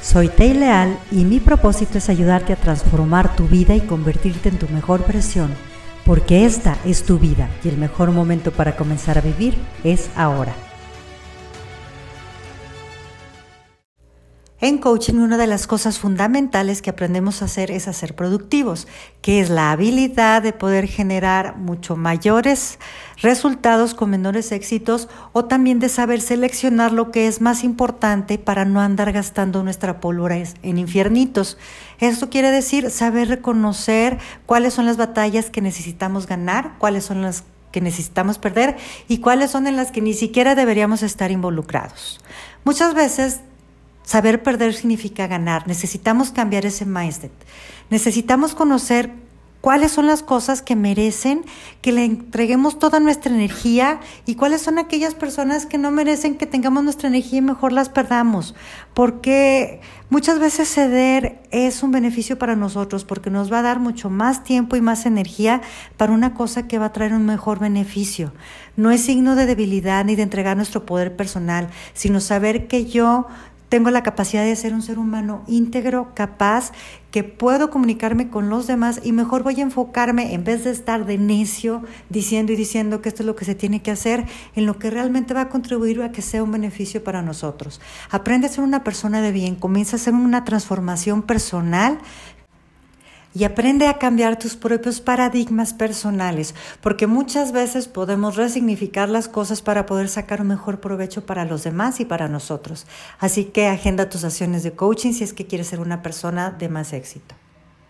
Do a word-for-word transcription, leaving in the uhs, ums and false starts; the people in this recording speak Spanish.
Soy Tei Leal y mi propósito es ayudarte a transformar tu vida y convertirte en tu mejor versión, porque esta es tu vida y el mejor momento para comenzar a vivir es ahora. En coaching, una de las cosas fundamentales que aprendemos a hacer es a ser productivos, que es la habilidad de poder generar mucho mayores resultados con menores éxitos, o también de saber seleccionar lo que es más importante para no andar gastando nuestra pólvora en infiernitos. Esto quiere decir saber reconocer cuáles son las batallas que necesitamos ganar, cuáles son las que necesitamos perder y cuáles son en las que ni siquiera deberíamos estar involucrados. Muchas veces saber perder significa ganar. Necesitamos cambiar ese mindset. Necesitamos conocer cuáles son las cosas que merecen que le entreguemos toda nuestra energía y cuáles son aquellas personas que no merecen que tengamos nuestra energía y mejor las perdamos. Porque muchas veces ceder es un beneficio para nosotros porque nos va a dar mucho más tiempo y más energía para una cosa que va a traer un mejor beneficio. No es signo de debilidad ni de entregar nuestro poder personal, sino saber que yo tengo la capacidad de ser un ser humano íntegro, capaz, que puedo comunicarme con los demás y mejor voy a enfocarme, en vez de estar de necio diciendo y diciendo que esto es lo que se tiene que hacer, en lo que realmente va a contribuir a que sea un beneficio para nosotros. Aprende a ser una persona de bien, comienza a hacer una transformación personal y aprende a cambiar tus propios paradigmas personales, porque muchas veces podemos resignificar las cosas para poder sacar un mejor provecho para los demás y para nosotros. Así que agenda tus sesiones de coaching si es que quieres ser una persona de más éxito.